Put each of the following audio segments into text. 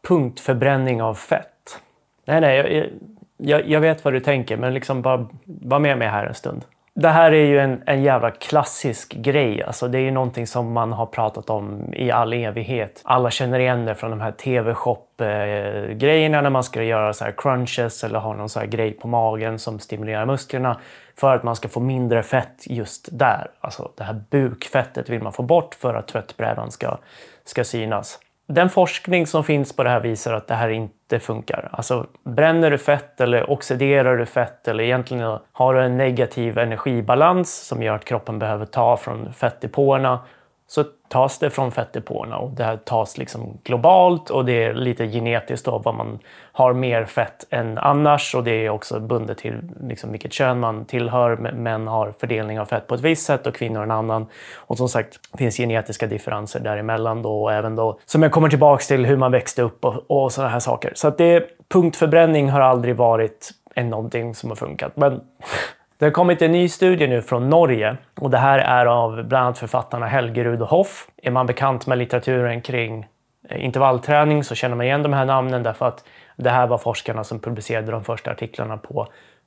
punktförbränning av fett. Nej, jag vet vad du tänker, men liksom bara var med mig här en stund. Det här är ju en jävla klassisk grej. Alltså det är ju någonting som man har pratat om i all evighet. Alla känner igen det från de här TV-shop-grejerna när man ska göra så här crunches eller ha någon så här grej på magen som stimulerar musklerna för att man ska få mindre fett just där. Alltså det här bukfettet vill man få bort för att tvättbrädan ska synas. Den forskning som finns på det här visar att det här inte funkar. Alltså bränner du fett eller oxiderar du fett eller egentligen har du en negativ energibalans som gör att kroppen behöver ta från fettdepåerna, så tas det från fettdepåerna och det här tas liksom globalt och det är lite genetiskt då vad man har mer fett än annars och det är också bundet till liksom vilket kön man tillhör. Män har fördelning av fett på ett visst sätt och kvinnor en annan. Och som sagt finns genetiska differenser däremellan då och även då som jag kommer tillbaka till hur man växte upp och sådana här saker. Så att punktförbränning har aldrig varit någonting som har funkat. Men det har kommit en ny studie nu från Norge och det här är av bland annat författarna Helgerud och Hoff. Är man bekant med litteraturen kring intervallträning så känner man igen de här namnen därför att det här var forskarna som publicerade de första artiklarna på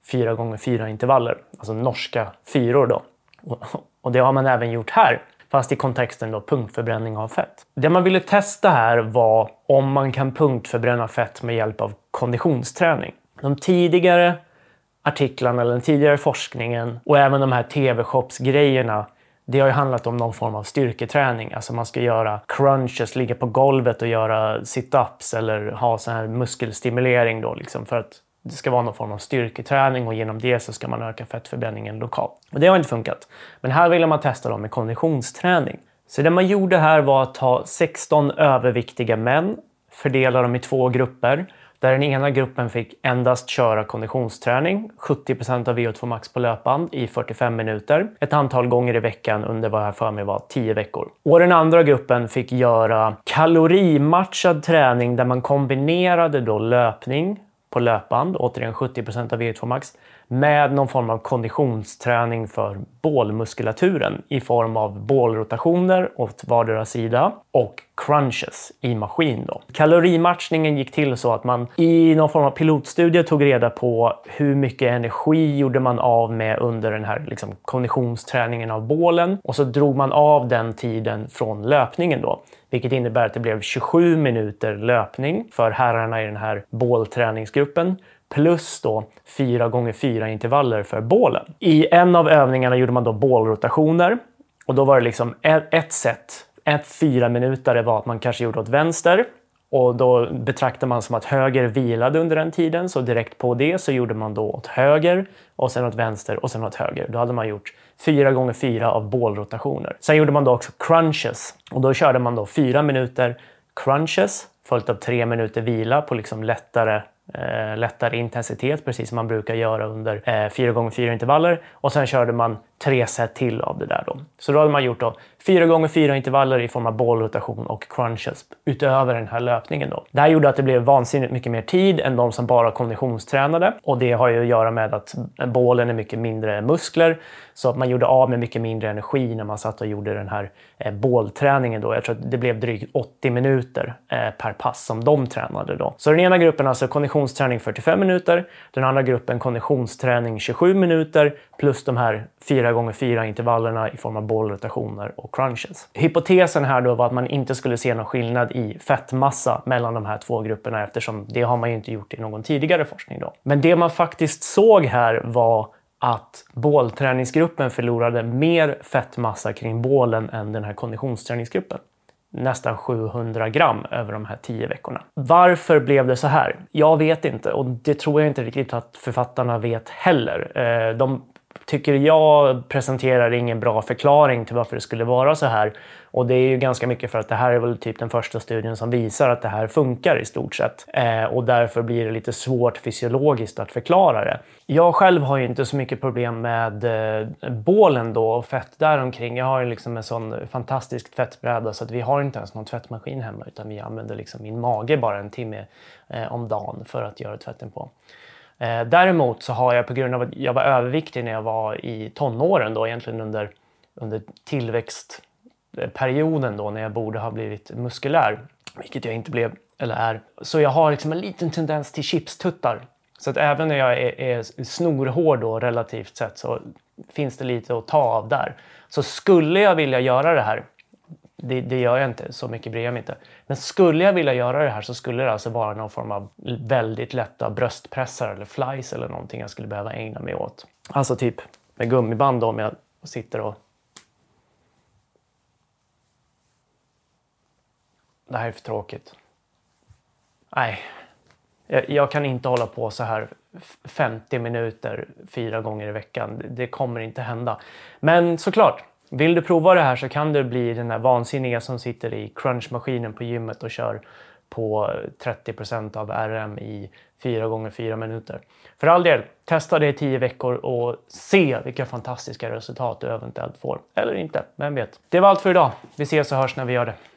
4x4 intervaller. Alltså norska fyror då. Och det har man även gjort här, fast i kontexten då punktförbränning av fett. Det man ville testa här var om man kan punktförbränna fett med hjälp av konditionsträning. De tidigare artiklarna eller den tidigare forskningen och även de här TV-shops-grejerna, det har ju handlat om någon form av styrketräning. Alltså man ska göra crunches, ligga på golvet och göra sit-ups eller ha sån här muskelstimulering då liksom för att det ska vara någon form av styrketräning och genom det så ska man öka fettförbränningen lokalt. Och det har inte funkat. Men här ville man testa dem med konditionsträning. Så det man gjorde här var att ta 16 överviktiga män, fördela dem i 2 grupper. Där den ena gruppen fick endast köra konditionsträning, 70% av VO2 max på löpband i 45 minuter. Ett antal gånger i veckan under vad jag för mig var 10 veckor. Och den andra gruppen fick göra kalorimatchad träning där man kombinerade då löpning på löpband, återigen 70% av VO2 max, med någon form av konditionsträning för bålmuskulaturen i form av bålrotationer åt vardera sida och crunches i maskin då. Kalorimatchningen gick till så att man i någon form av pilotstudie tog reda på hur mycket energi gjorde man av med under den här liksom konditionsträningen av bålen och så drog man av den tiden från löpningen då. Vilket innebär att det blev 27 minuter löpning för herrarna i den här bålträningsgruppen. Plus då 4x4 intervaller för bålen. I en av övningarna gjorde man då bålrotationer. Och då var det liksom ett sätt. 4 minuter var att man kanske gjorde åt vänster. Och då betraktar man som att höger vilade under den tiden. Så direkt på det så gjorde man då åt höger. Och sen åt vänster och sen åt höger. Då hade man gjort 4x4 av bålrotationer. Sen gjorde man då också crunches. Och då körde man då 4 minuter crunches. Följt av 3 minuter vila på liksom lättare intensitet. Precis som man brukar göra under 4x4 intervaller. Och sen körde man 3 set till av det där då. Så då hade man gjort då 4x4 intervaller i form av bålrotation och crunches utöver den här löpningen då. Det här gjorde att det blev vansinnigt mycket mer tid än de som bara konditionstränade. Och det har ju att göra med att bålen är mycket mindre muskler. Så att man gjorde av med mycket mindre energi när man satt och gjorde den här bålträningen då. Jag tror att det blev drygt 80 minuter per pass som de tränade då. Så den ena gruppen alltså konditionsträning 45 minuter. Den andra gruppen konditionsträning 27 minuter. Plus de här 4x4 intervallerna i form av bålrotationer och crunches. Hypotesen här då var att man inte skulle se någon skillnad i fettmassa mellan de här 2 grupperna eftersom det har man ju inte gjort i någon tidigare forskning då. Men det man faktiskt såg här var att bålträningsgruppen förlorade mer fettmassa kring bålen än den här konditionsträningsgruppen. Nästan 700 gram över de här 10 veckorna. Varför blev det så här? Jag vet inte och det tror jag inte riktigt att författarna vet heller. De tycker jag presenterar ingen bra förklaring till varför det skulle vara så här. Och det är ju ganska mycket för att det här är väl typ den första studien som visar att det här funkar i stort sett. Och därför blir det lite svårt fysiologiskt att förklara det. Jag själv har ju inte så mycket problem med bålen då och fett där omkring. Jag har ju liksom en sån fantastisk fettbräda så att vi har inte ens någon tvättmaskin hemma utan vi använder liksom min mage bara en timme om dagen för att göra tvätten på. Däremot så har jag på grund av att jag var överviktig när jag var i tonåren då egentligen under tillväxtperioden då när jag borde ha blivit muskulär, vilket jag inte blev, Eller är. Så jag har liksom en liten tendens till chipstuttar. Så att även när jag är snorhård då, relativt sett, så finns det lite att ta av där. Så skulle jag vilja göra det här, det gör jag inte, så mycket bryr jag mig inte. Men skulle jag vilja göra det här så skulle det alltså vara någon form av väldigt lätta bröstpressar eller flies eller någonting jag skulle behöva ägna mig åt. Alltså typ med gummiband då, om jag sitter och... Det här är för tråkigt. Nej, jag kan inte hålla på så här 50 minuter 4 gånger i veckan. Det kommer inte hända. Men såklart, vill du prova det här så kan det bli den där vansinniga som sitter i crunchmaskinen på gymmet och kör på 30% av RM i 4 gånger 4 minuter. För all del, testa det i 10 veckor och se vilka fantastiska resultat du eventuellt får. Eller inte, vem vet. Det var allt för idag. Vi ses och hörs när vi gör det.